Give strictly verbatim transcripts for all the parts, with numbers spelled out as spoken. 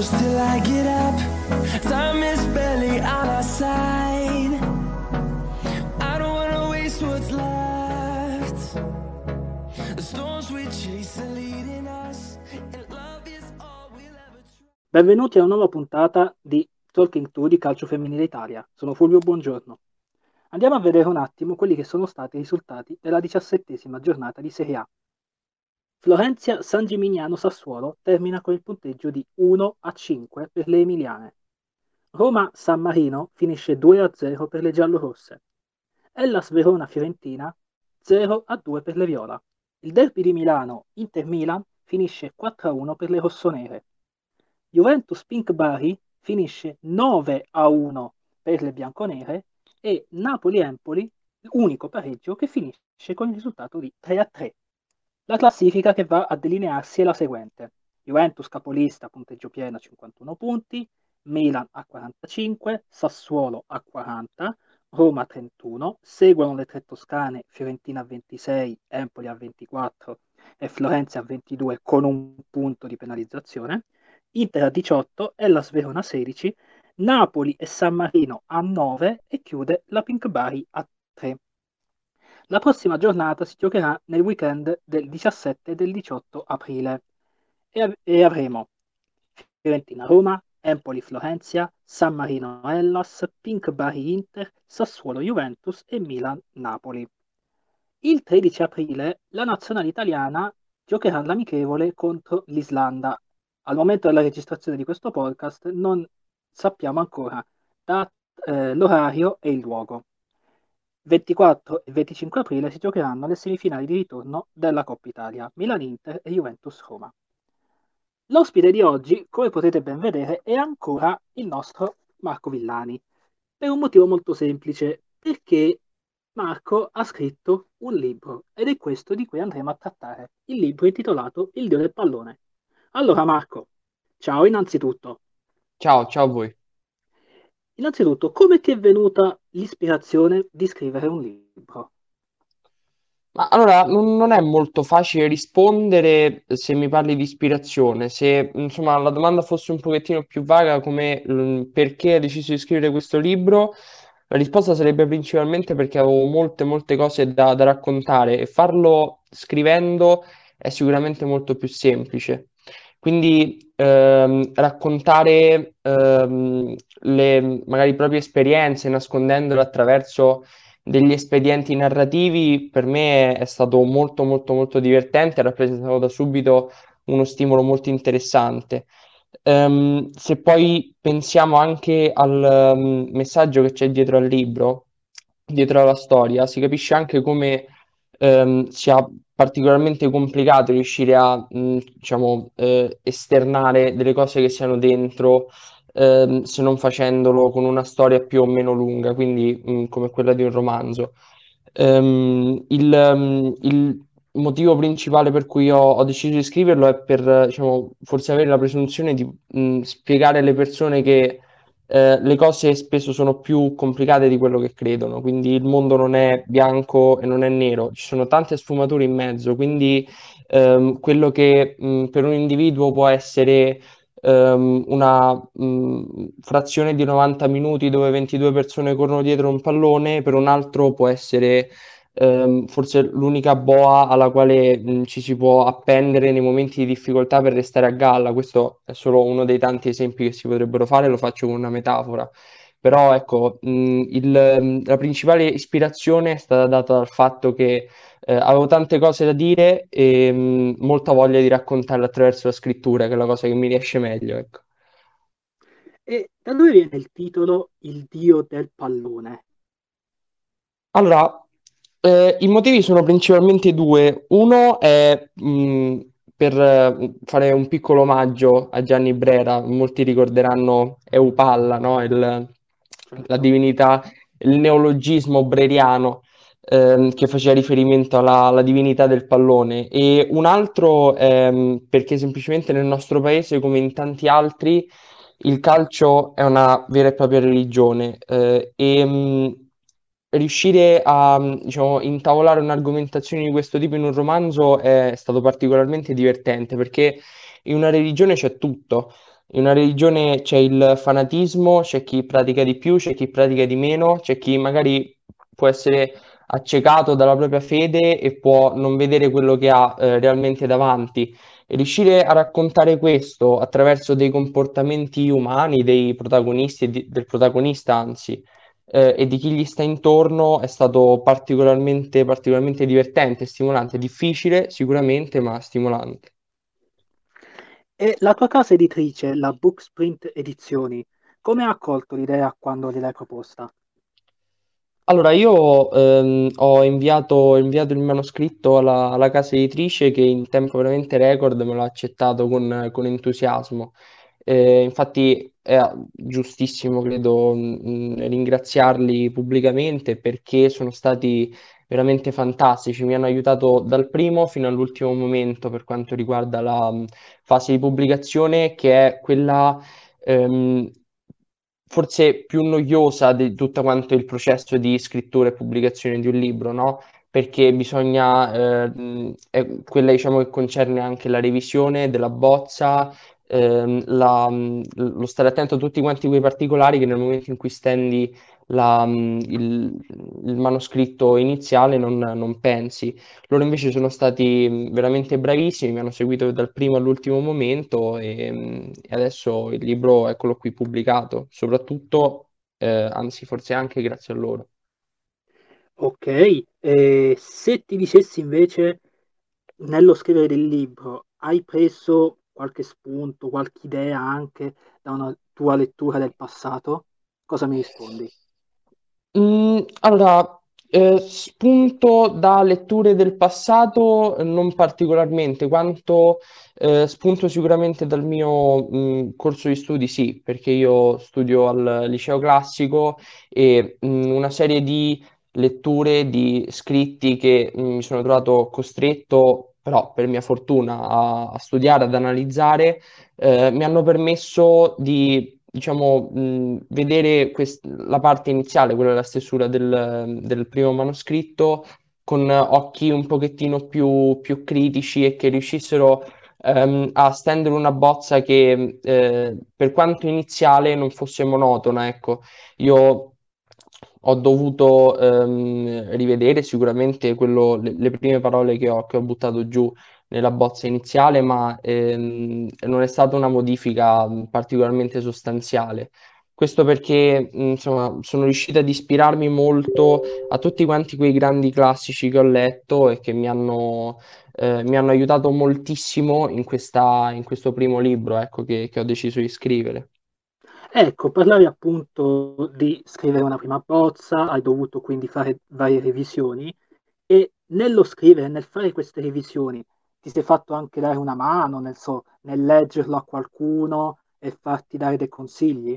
close till I get up. Time is barely on our side. I don't wanna waste what's left. The storms we chase are leading us, and love is all we'll ever try. Benvenuti a una nuova puntata di Talking To di Calcio Femminile Italia. Sono Fulvio, buongiorno. Andiamo a vedere un attimo quelli che sono stati i risultati della diciassettesima giornata di Serie A. Florentia San Gimignano Sassuolo termina con il punteggio di uno a cinque per le emiliane. Roma San Marino finisce due a zero per le giallorosse. Hellas Verona Fiorentina zero a due per le viola. Il derby di Milano Inter Milan finisce quattro a uno per le rossonere. Juventus Pink Bari finisce nove a uno per le bianconere e Napoli-Empoli, l'unico pareggio che finisce con il risultato di tre a tre. La classifica che va a delinearsi è la seguente: Juventus capolista, punteggio pieno a cinquantuno punti, Milan a quarantacinque, Sassuolo a quaranta, Roma a trentuno, seguono le tre toscane, Fiorentina a ventisei, Empoli a ventiquattro e Florenza a ventidue con un punto di penalizzazione, Inter a diciotto, Hellas Verona a sedici, Napoli e San Marino a nove e chiude la Pink Bari a tre. La prossima giornata si giocherà nel weekend del diciassette e del diciotto aprile e, av- e avremo Fiorentina-Roma, Empoli-Florenzia, San Marino-Hellas, Pink Bari-Inter, Sassuolo-Juventus e Milan-Napoli. Il tredici aprile la nazionale italiana giocherà l'amichevole contro l'Islanda. Al momento della registrazione di questo podcast non sappiamo ancora da- eh, l'orario e il luogo. ventiquattro e venticinque aprile si giocheranno le semifinali di ritorno della Coppa Italia, Milan-Inter e Juventus-Roma. L'ospite di oggi, come potete ben vedere, è ancora il nostro Marco Villani, per un motivo molto semplice, perché Marco ha scritto un libro ed è questo di cui andremo a trattare, il libro intitolato Il Dio del Pallone. Allora Marco, ciao innanzitutto. Ciao, ciao a voi. Innanzitutto, come ti è venuta l'ispirazione di scrivere un libro? Ma allora, non, non è molto facile rispondere se mi parli di ispirazione. Se, insomma, la domanda fosse un pochettino più vaga, come mm, perché hai deciso di scrivere questo libro, la risposta sarebbe principalmente perché avevo molte, molte cose da, da raccontare e farlo scrivendo è sicuramente molto più semplice. Quindi ehm, raccontare ehm, le magari proprie esperienze, nascondendole attraverso degli espedienti narrativi, per me è stato molto molto molto divertente, ha rappresentato da subito uno stimolo molto interessante. Ehm, se poi pensiamo anche al ehm, messaggio che c'è dietro al libro, dietro alla storia, si capisce anche come ehm, sia particolarmente complicato riuscire a, mh, diciamo, eh, esternare delle cose che siano dentro, ehm, se non facendolo con una storia più o meno lunga, quindi mh, come quella di un romanzo. Ehm, il, ehm, il motivo principale per cui ho, ho deciso di scriverlo è per, eh, diciamo, forse avere la presunzione di mh, spiegare alle persone che eh, le cose spesso sono più complicate di quello che credono, quindi il mondo non è bianco e non è nero, ci sono tante sfumature in mezzo, quindi ehm, quello che mh, per un individuo può essere ehm, una mh, frazione di novanta minuti dove ventidue persone corrono dietro un pallone, per un altro può essere ehm, forse l'unica boa alla quale mh, ci si può appendere nei momenti di difficoltà per restare a galla. Questo è solo uno dei tanti esempi che si potrebbero fare, lo faccio con una metafora. Però ecco, mh, il- mh, la principale ispirazione è stata data dal fatto che eh, avevo tante cose da dire e mh, molta voglia di raccontarle attraverso la scrittura, che è la cosa che mi riesce meglio, ecco. E da dove viene il titolo Il Dio del Pallone? Allora, eh, i motivi sono principalmente due. Uno è mh, per eh, fare un piccolo omaggio a Gianni Brera. Molti ricorderanno Eupalla, no? Il- la Certo. divinità, il neologismo breriano ehm, che faceva riferimento alla, alla divinità del pallone. E un altro ehm, perché semplicemente nel nostro paese, come in tanti altri, il calcio è una vera e propria religione eh, e mh, riuscire a, mh, diciamo, intavolare un'argomentazione di questo tipo in un romanzo è stato particolarmente divertente perché in una religione c'è tutto. In una religione c'è il fanatismo, c'è chi pratica di più, c'è chi pratica di meno, c'è chi magari può essere accecato dalla propria fede e può non vedere quello che ha eh, realmente davanti. E riuscire a raccontare questo attraverso dei comportamenti umani, dei protagonisti e di- del protagonista, anzi, eh, e di chi gli sta intorno è stato particolarmente, particolarmente divertente, stimolante, difficile sicuramente, ma stimolante. E la tua casa editrice, la Booksprint Edizioni, come ha accolto l'idea quando gliel'hai proposta? Allora, io ehm, ho inviato, ho inviato il manoscritto alla, alla casa editrice che in tempo veramente record me l'ha accettato con, con entusiasmo. Eh, infatti è giustissimo, credo, mh, ringraziarli pubblicamente perché sono stati veramente fantastici. Mi hanno aiutato dal primo fino all'ultimo momento per quanto riguarda la mh, fase di pubblicazione, che è quella ehm, forse più noiosa di tutto quanto il processo di scrittura e pubblicazione di un libro, no? Perché bisogna, eh, mh, è quella diciamo che concerne anche la revisione della bozza, ehm, la- mh, lo stare attento a tutti quanti quei particolari che nel momento in cui stendi la, mh, il, il manoscritto iniziale non, non pensi. Loro invece sono stati mh, veramente bravissimi, mi hanno seguito dal primo all'ultimo momento e, mh, e adesso il libro eccolo qui pubblicato, soprattutto, eh, anzi forse anche grazie a loro. Ok, e se ti dicessi invece nello scrivere del libro, hai preso qualche spunto, qualche idea anche da una tua lettura del passato? Cosa mi rispondi? Mm, allora, eh, spunto da letture del passato, eh, non particolarmente, quanto eh, spunto sicuramente dal mio mm, corso di studi, sì, perché io studio al liceo classico e mm, una serie di letture, di scritti che mm, mi sono trovato costretto, però per mia fortuna, a, a studiare, ad analizzare eh, mi hanno permesso di, diciamo, mh, vedere quest- la parte iniziale, quella della stesura del, del primo manoscritto, con occhi un pochettino più, più critici e che riuscissero ehm, a stendere una bozza che, eh, per quanto iniziale, non fosse monotona, ecco. Io ho dovuto ehm, rivedere sicuramente quello- le, le prime parole che ho, che ho buttato giù nella bozza iniziale, ma ehm, non è stata una modifica mh, particolarmente sostanziale. Questo perché, mh, insomma, sono riuscito ad ispirarmi molto a tutti quanti quei grandi classici che ho letto e che mi hanno, eh, mi hanno aiutato moltissimo in questa- in questo primo libro, ecco, che che ho deciso di scrivere. Ecco, parlavi appunto di scrivere una prima bozza, hai dovuto quindi fare varie revisioni e nello scrivere, nel fare queste revisioni, ti sei fatto anche dare una mano, nel, so, nel leggerlo a qualcuno e farti dare dei consigli?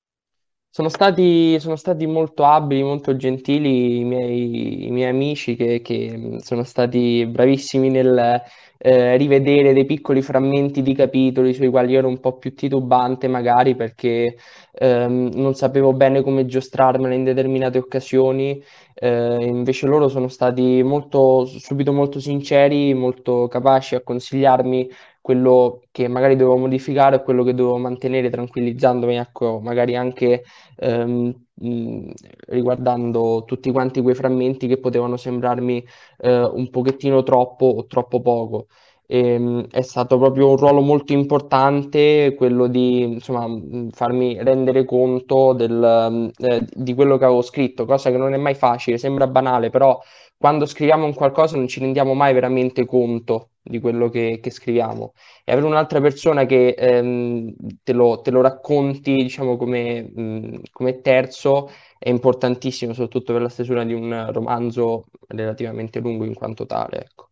Sono stati, sono stati molto abili, molto gentili i miei, i miei amici che, che, mh, sono stati bravissimi nel eh, rivedere dei piccoli frammenti di capitoli sui quali ero un po' più titubante magari perché ehm, non sapevo bene come giostrarmela in determinate occasioni. Eh, invece loro sono stati molto, subito molto sinceri, molto capaci a consigliarmi quello che magari dovevo modificare e quello che dovevo mantenere, tranquillizzandomi, ecco, magari anche ehm, mh, riguardando tutti quanti quei frammenti che potevano sembrarmi eh, un pochettino troppo o troppo poco. Ehm, è stato proprio un ruolo molto importante quello di insomma, mh, farmi rendere conto del, mh, eh, di quello che avevo scritto, cosa che non è mai facile, sembra banale, però quando scriviamo un qualcosa non ci rendiamo mai veramente conto di quello che, che scriviamo e avere un'altra persona che ehm, te lo, te lo racconti, diciamo, come, mh, come terzo è importantissimo, soprattutto per la stesura di un romanzo relativamente lungo in quanto tale, ecco.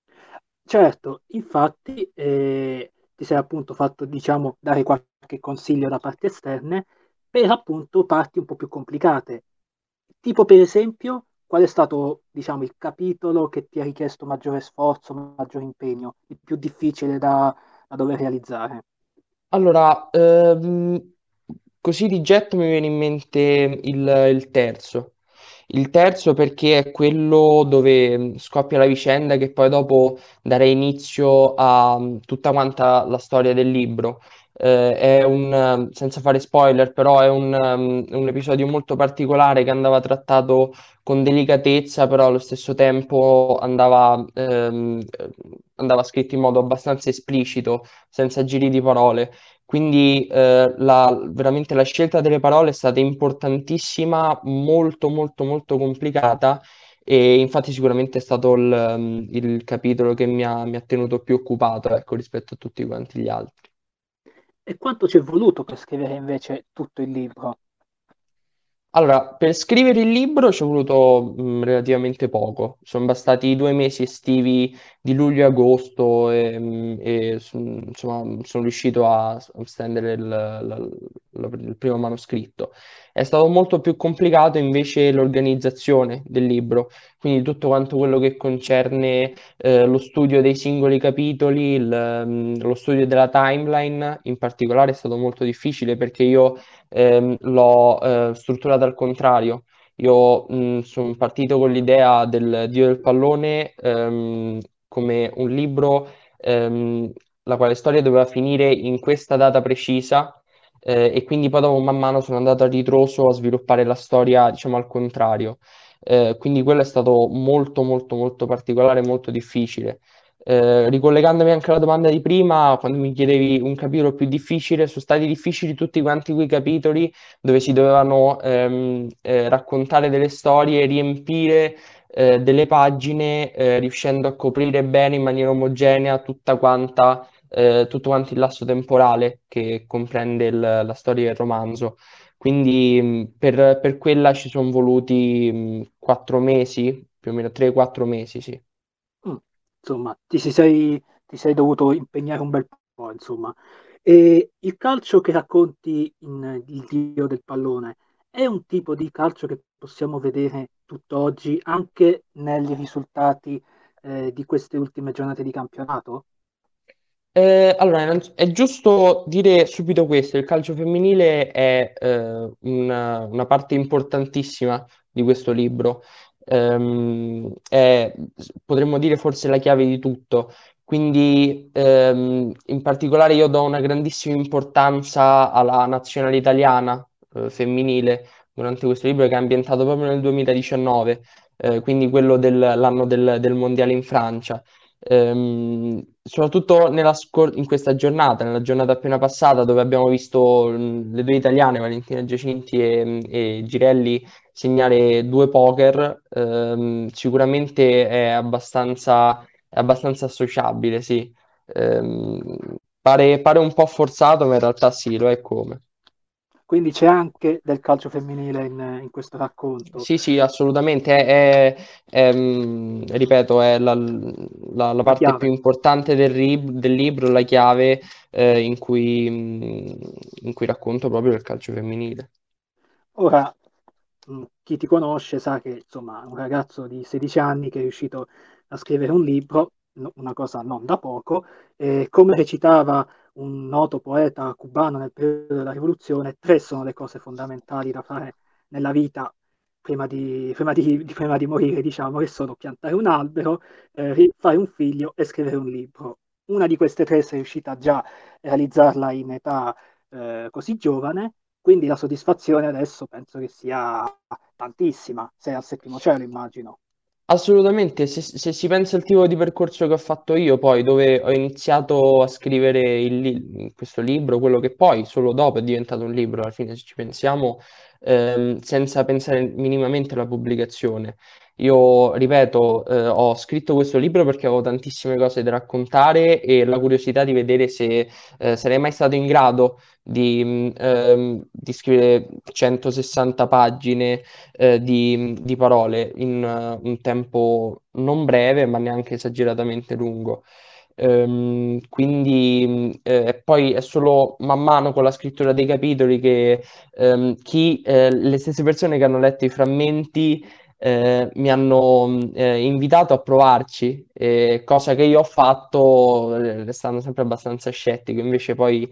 Certo, infatti eh, ti sei appunto fatto, diciamo, dare qualche consiglio da parti esterne per appunto parti un po' più complicate. Tipo per esempio, qual è stato, diciamo, il capitolo che ti ha richiesto maggiore sforzo, maggiore impegno, il più difficile da, da dover realizzare? Allora, ehm, così di getto mi viene in mente il, il terzo. Il terzo perché è quello dove mh, scoppia la vicenda che poi dopo darà inizio a mh, tutta quanta la storia del libro. Eh, è un, eh, senza fare spoiler, però è un, um, un episodio molto particolare che andava trattato con delicatezza, però allo stesso tempo andava, ehm, andava scritto in modo abbastanza esplicito, senza giri di parole. Quindi eh, la- veramente la scelta delle parole è stata importantissima, molto molto molto complicata e infatti sicuramente è stato il, um, il capitolo che mi ha, mi ha tenuto più occupato, ecco, rispetto a tutti quanti gli altri. E quanto ci è voluto per scrivere invece tutto il libro? Allora, per scrivere il libro ci è voluto mh, relativamente poco, sono bastati i due mesi estivi di luglio e agosto e, mh, e, s- insomma sono riuscito a, a stendere il, la- la- il primo manoscritto. È stato molto più complicato invece l'organizzazione del libro, quindi tutto quanto quello che concerne eh, lo studio dei singoli capitoli, il, mh, lo studio della timeline in particolare è stato molto difficile perché io ehm, l'ho eh, strutturata al contrario. Io sono partito con l'idea del Dio del pallone ehm, come un libro ehm, la quale storia doveva finire in questa data precisa eh, e quindi poi dopo man mano sono andato a ritroso a sviluppare la storia, diciamo, al contrario. Eh, quindi quello è stato molto molto molto particolare, molto difficile. Eh, ricollegandomi anche alla domanda di prima, quando mi chiedevi un capitolo più difficile, sono stati difficili tutti quanti quei capitoli dove si dovevano ehm, eh, raccontare delle storie, riempire eh, delle pagine, eh, riuscendo a coprire bene in maniera omogenea tutta quanta, eh, tutto quanto il lasso temporale che comprende il- la storia del romanzo. Quindi mh, per, per quella ci sono voluti mh, quattro mesi, più o meno tre quattro mesi, sì. Mm, insomma, ti si sei, ti sei dovuto impegnare un bel po', insomma. E il calcio che racconti in Il Dio del pallone è un tipo di calcio che possiamo vedere tutt'oggi anche nei risultati eh, di queste ultime giornate di campionato? Eh, allora, innanzi- è giusto dire subito questo, il calcio femminile è eh, una, una parte importantissima di questo libro. Ehm, è, potremmo dire forse la chiave di tutto, quindi ehm, in particolare io do una grandissima importanza alla nazionale italiana eh, femminile durante questo libro che è ambientato proprio nel duemiladiciannove, eh, quindi quello dell'anno del del mondiale in Francia. Ehm, soprattutto nella scor- in questa giornata, nella giornata appena passata, dove abbiamo visto mh, le due italiane, Valentina Giacinti e, e Girelli, segnare due poker, ehm, sicuramente è abbastanza, è abbastanza associabile, sì. Ehm, pare, pare un po' forzato, ma in realtà sì, lo è come. Quindi c'è anche del calcio femminile in, in questo racconto. Sì, sì, assolutamente. È, è- è, mh, ripeto, è la, la- la La parte più chiave. importante del, rib- del libro, la chiave eh, in cui, mh, in cui racconto proprio del calcio femminile. Ora, mh, chi ti conosce sa che, insomma, un ragazzo di sedici anni che è riuscito a scrivere un libro, no- una cosa non da poco, e come recitava un noto poeta cubano nel periodo della rivoluzione, tre sono le cose fondamentali da fare nella vita prima di, prima di- di- prima di morire, diciamo, che sono piantare un albero, eh, ri- fare un figlio e scrivere un libro. Una di queste tre sei riuscita già a realizzarla in età eh, così giovane, quindi la soddisfazione adesso penso che sia tantissima, sei al settimo cielo, immagino. Assolutamente, se, se si pensa al tipo di percorso che ho fatto io, poi dove ho iniziato a scrivere il li- questo libro, quello che poi solo dopo è diventato un libro, alla fine se ci pensiamo, ehm, senza pensare minimamente alla pubblicazione. Io, ripeto, eh, ho scritto questo libro perché avevo tantissime cose da raccontare e la curiosità di vedere se eh, sarei mai stato in grado di, mh, ehm, di scrivere centosessanta pagine eh, di, di parole in eh, un tempo non breve, ma neanche esageratamente lungo. Ehm, quindi mh, eh, poi è solo man mano con la scrittura dei capitoli che ehm, chi, eh, le stesse persone che hanno letto i frammenti eh, mi hanno mh, eh, invitato a provarci, eh, cosa che io ho fatto eh, restando sempre abbastanza scettico. Invece poi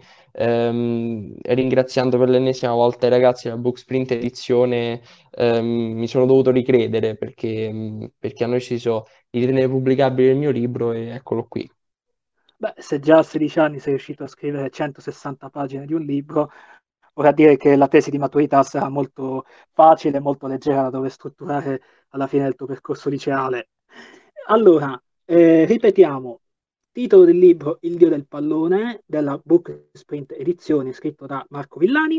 ehm, ringraziando per l'ennesima volta i ragazzi della Booksprint Edizione ehm, mi sono dovuto ricredere perché, mh, perché hanno deciso di tenere pubblicabile il mio libro e eccolo qui. Beh, se già a sedici anni sei riuscito a scrivere centosessanta pagine di un libro, vorrà dire che la tesi di maturità sarà molto facile, molto leggera da dove strutturare alla fine del tuo percorso liceale. Allora, eh, ripetiamo, titolo del libro Il Dio del pallone, della Book Sprint Edizioni, scritto da Marco Villani.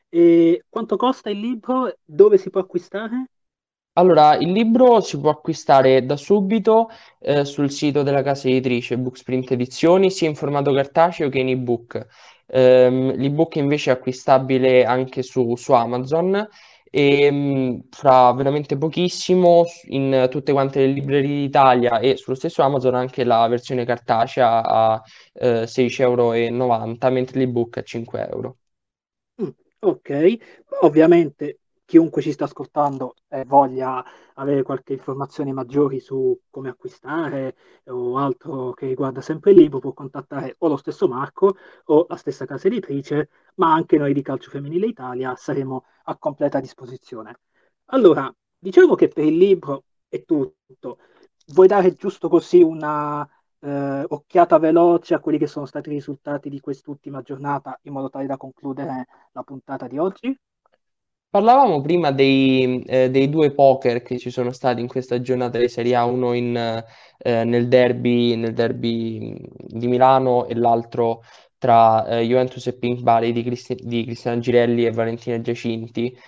E quanto costa il libro? Dove si può acquistare? Allora, il libro si può acquistare da subito eh, sul sito della casa editrice Booksprint Edizioni, sia in formato cartaceo che in ebook. Ehm, l'ebook invece è acquistabile anche su, su Amazon e mh, fra veramente pochissimo s- in tutte quante le librerie d'Italia e sullo stesso Amazon anche la versione cartacea a eh, sedici e novanta euro, mentre l'ebook a cinque euro. Mm, ok, ovviamente chiunque ci sta ascoltando e voglia avere qualche informazione maggiori su come acquistare o altro che riguarda sempre il libro può contattare o lo stesso Marco o la stessa casa editrice, ma anche noi di Calcio Femminile Italia saremo a completa disposizione. Allora, diciamo che per il libro è tutto. Vuoi dare giusto così una eh, occhiata veloce a quelli che sono stati i risultati di quest'ultima giornata in modo tale da concludere la puntata di oggi? Parlavamo prima dei, eh, dei due poker che ci sono stati in questa giornata di Serie A, uno in, eh, nel derby, nel derby di Milano e l'altro tra eh, Juventus e Pink Bari di, Cristi- di Cristiano Girelli e Valentina Giacinti.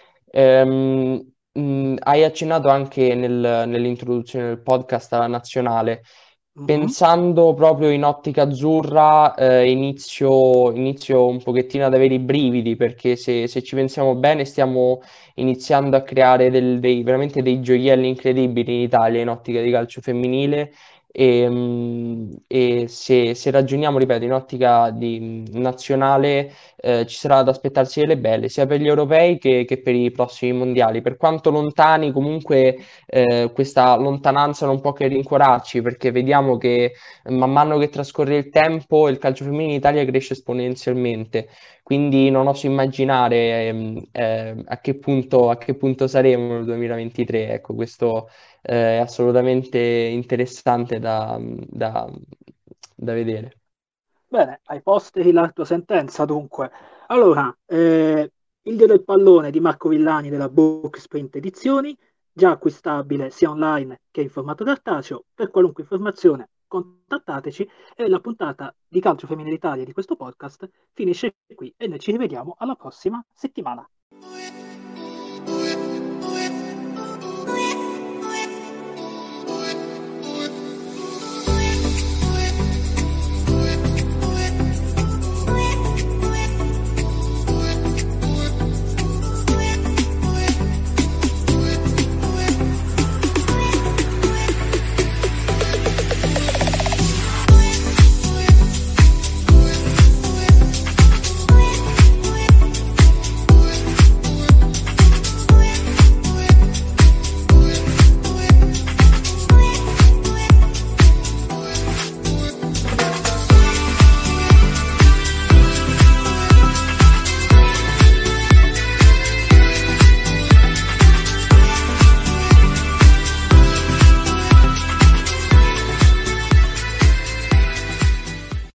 Ehm, mh, hai accennato anche nel- nell'introduzione del podcast alla nazionale. Mhm. Pensando proprio in ottica azzurra, eh, inizio, inizio un pochettino ad avere i brividi perché se, se ci pensiamo bene stiamo iniziando a creare del- dei, veramente dei gioielli incredibili in Italia in ottica di calcio femminile e, mm, e se, se ragioniamo, ripeto, in ottica di, mm, nazionale eh, ci sarà da aspettarsi delle belle sia per gli europei che, che per i prossimi mondiali. Per quanto lontani, comunque eh, questa lontananza non può che rincuorarci perché vediamo che man mano che trascorre il tempo il calcio femminile in Italia cresce esponenzialmente. Quindi non oso immaginare ehm, eh, a che punto, a che punto saremo nel duemilaventitré. Ecco, questo eh, è assolutamente interessante da, da- da vedere. Bene, ai posteri la tua sentenza dunque. Allora, eh, Il Dio del pallone di Marco Villani della Book Sprint Edizioni, già acquistabile sia online che in formato cartaceo. Per qualunque informazione contattateci e la puntata di Calcio Femminile Italia di questo podcast finisce qui e noi ci rivediamo alla prossima settimana.